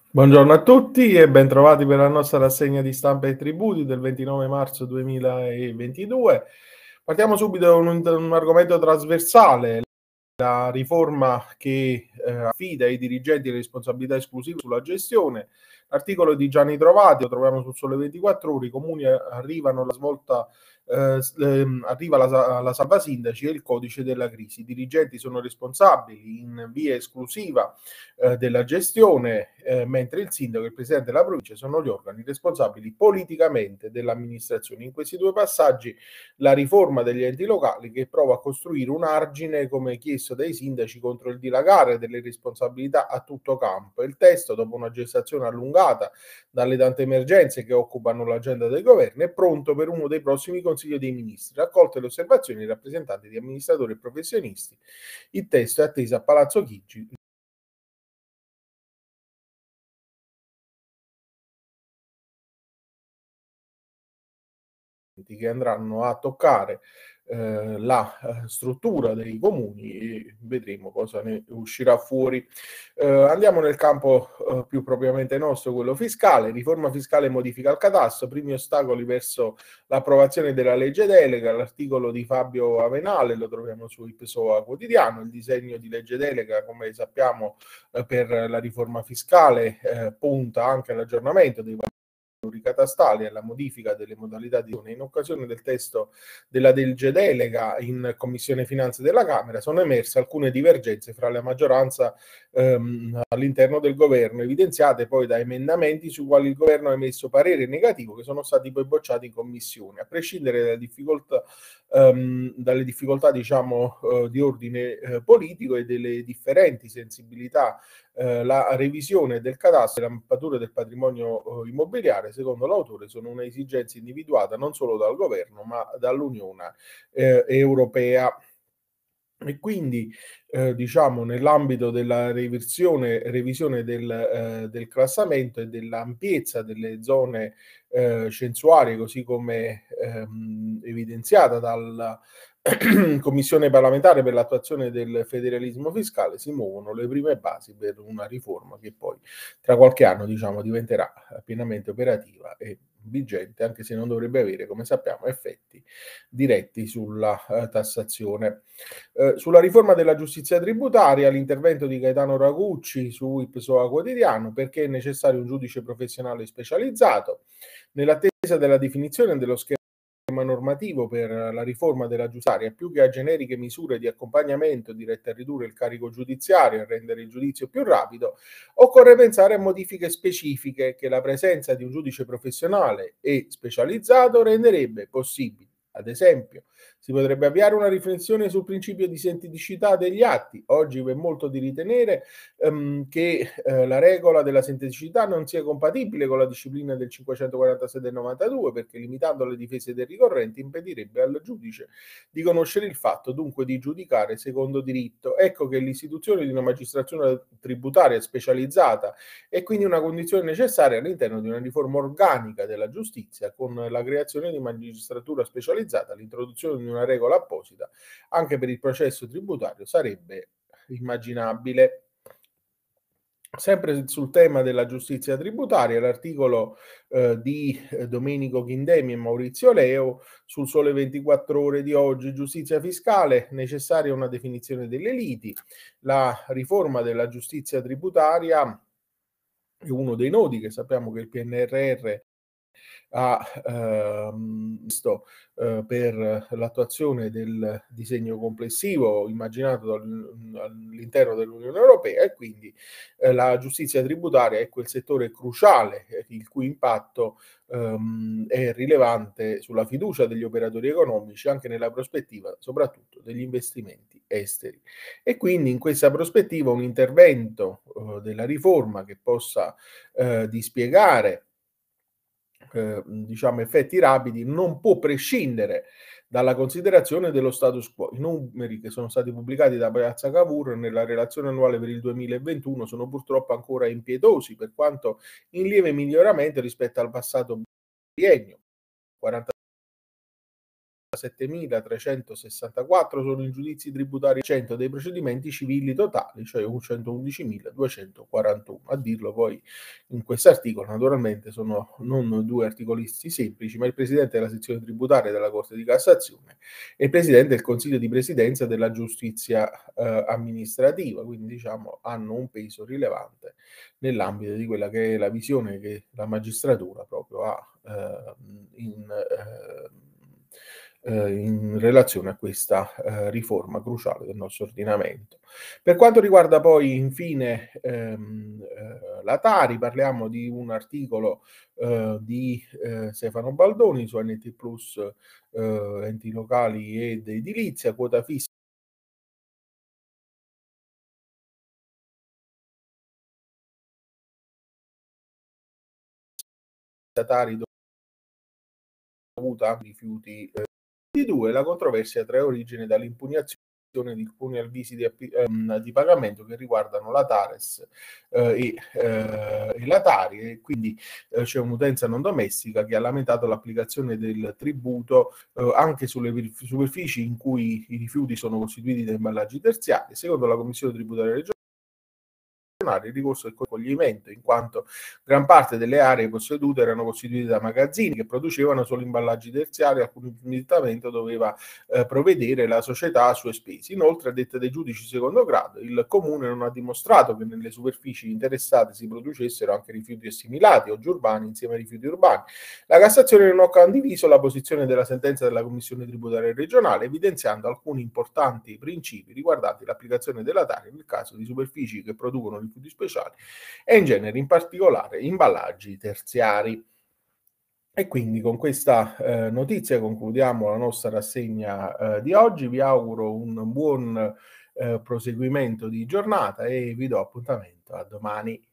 Buongiorno a tutti e bentrovati per la nostra rassegna di stampa e tributi del 29 marzo 2022. Partiamo subito da un argomento trasversale, la riforma che affida ai dirigenti le responsabilità esclusive sulla gestione. L'articolo di Gianni Trovati, lo troviamo sul Sole 24 Ore, i comuni arrivano alla svolta, arriva la salva sindaci e il codice della crisi. I dirigenti sono responsabili in via esclusiva della gestione, mentre il sindaco e il presidente della provincia sono gli organi responsabili politicamente dell'amministrazione. In questi due passaggi la riforma degli enti locali che prova a costruire un argine, come chiesto dai sindaci, contro il dilagare delle responsabilità a tutto campo. Il testo, dopo una gestazione allungata dalle tante emergenze che occupano l'agenda del governo, è pronto per uno dei prossimi consigli dei ministri. Raccolte le osservazioni dei rappresentanti di amministratori e professionisti, il testo è atteso a Palazzo Chigi che andranno a toccare la struttura dei comuni e vedremo cosa ne uscirà fuori. Andiamo nel campo più propriamente nostro, quello fiscale. Riforma fiscale modifica il catasto, primi ostacoli verso l'approvazione della legge delega, l'articolo di Fabio Avenale lo troviamo su Ipsoa Quotidiano, il disegno di legge delega, come sappiamo, per la riforma fiscale punta anche all'aggiornamento dei catastali e alla modifica delle modalità di in occasione del testo della legge delega in Commissione Finanze della Camera sono emerse alcune divergenze fra la maggioranza all'interno del governo, evidenziate poi da emendamenti sui quali il governo ha emesso parere negativo che sono stati poi bocciati in commissione. A prescindere dalle difficoltà diciamo di ordine politico e delle differenti sensibilità, la revisione del cadastro e la mappatura del patrimonio immobiliare, secondo l'autore, sono un'esigenza individuata non solo dal governo ma dall'Unione Europea. E quindi, diciamo, nell'ambito della revisione del classamento e dell'ampiezza delle zone censuarie, così come evidenziata dalla Commissione parlamentare per l'attuazione del federalismo fiscale, si muovono le prime basi per una riforma che poi tra qualche anno, diciamo, diventerà pienamente operativa e vigente, anche se non dovrebbe avere, come sappiamo, effetti diretti sulla tassazione. Sulla riforma della giustizia tributaria, l'intervento di Gaetano Ragucci su Ipsoa Quotidiano, perché è necessario un giudice professionale specializzato. Nell'attesa della definizione dello schema normativo per la riforma della giustizia, più che a generiche misure di accompagnamento dirette a ridurre il carico giudiziario e a rendere il giudizio più rapido, occorre pensare a modifiche specifiche che la presenza di un giudice professionale e specializzato renderebbe possibile. Ad esempio, si potrebbe avviare una riflessione sul principio di senteticità degli atti. Oggi vi è molto di ritenere che la regola della senteticità non sia compatibile con la disciplina del 546 del 92 perché limitando le difese dei ricorrenti impedirebbe al giudice di conoscere il fatto, dunque di giudicare secondo diritto. Ecco che l'istituzione di una magistratura tributaria specializzata è quindi una condizione necessaria all'interno di una riforma organica della giustizia con la creazione di magistratura specializzata, l'introduzione di una regola apposita anche per il processo tributario sarebbe immaginabile. Sempre sul tema della giustizia tributaria, l'articolo di Domenico Ghindemi e Maurizio Leo sul Sole 24 Ore di oggi, giustizia fiscale, necessaria una definizione delle liti, la riforma della giustizia tributaria è uno dei nodi che sappiamo che il PNRR ha visto per l'attuazione del disegno complessivo immaginato all'interno dell'Unione Europea e quindi la giustizia tributaria è quel settore cruciale il cui impatto è rilevante sulla fiducia degli operatori economici anche nella prospettiva soprattutto degli investimenti esteri. E quindi in questa prospettiva un intervento della riforma che possa dispiegare diciamo effetti rapidi non può prescindere dalla considerazione dello status quo. I numeri che sono stati pubblicati da Piazza Cavour nella relazione annuale per il 2021 sono purtroppo ancora impietosi, per quanto in lieve miglioramento rispetto al passato biennio. 40 167.364 sono i giudizi tributari, 100 dei procedimenti civili totali, cioè 111.241. A dirlo poi in quest'articolo, naturalmente, sono non due articolisti semplici, ma il presidente della sezione tributaria della Corte di Cassazione e il presidente del Consiglio di Presidenza della Giustizia amministrativa, quindi diciamo hanno un peso rilevante nell'ambito di quella che è la visione che la magistratura proprio ha in relazione a questa riforma cruciale del nostro ordinamento. Per quanto riguarda poi infine la Tari, parliamo di un articolo di Stefano Baldoni su NT Plus, enti locali ed edilizia, quota fissa Tari dovuta a rifiuti di due, la controversia trae origine dall'impugnazione di alcuni avvisi di pagamento che riguardano la Tares e la Tari, e quindi c'è un'utenza non domestica che ha lamentato l'applicazione del tributo anche sulle superfici in cui i rifiuti sono costituiti da imballaggi terziari. Secondo la Commissione tributaria regionale, il ricorso al accoglimento, in quanto gran parte delle aree possedute erano costituite da magazzini che producevano solo imballaggi terziari, a cui immediatamente doveva provvedere la società a sue spese. Inoltre, a detta dei giudici di secondo grado, il comune non ha dimostrato che nelle superfici interessate si producessero anche rifiuti assimilati, oggi urbani, insieme ai rifiuti urbani. La Cassazione non ha condiviso la posizione della sentenza della Commissione tributaria regionale, evidenziando alcuni importanti principi riguardanti l'applicazione della Tari nel caso di superfici che producono rifiuti speciali e in genere, in particolare, imballaggi terziari. E quindi con questa notizia concludiamo la nostra rassegna di oggi. Vi auguro un buon proseguimento di giornata e vi do appuntamento a domani.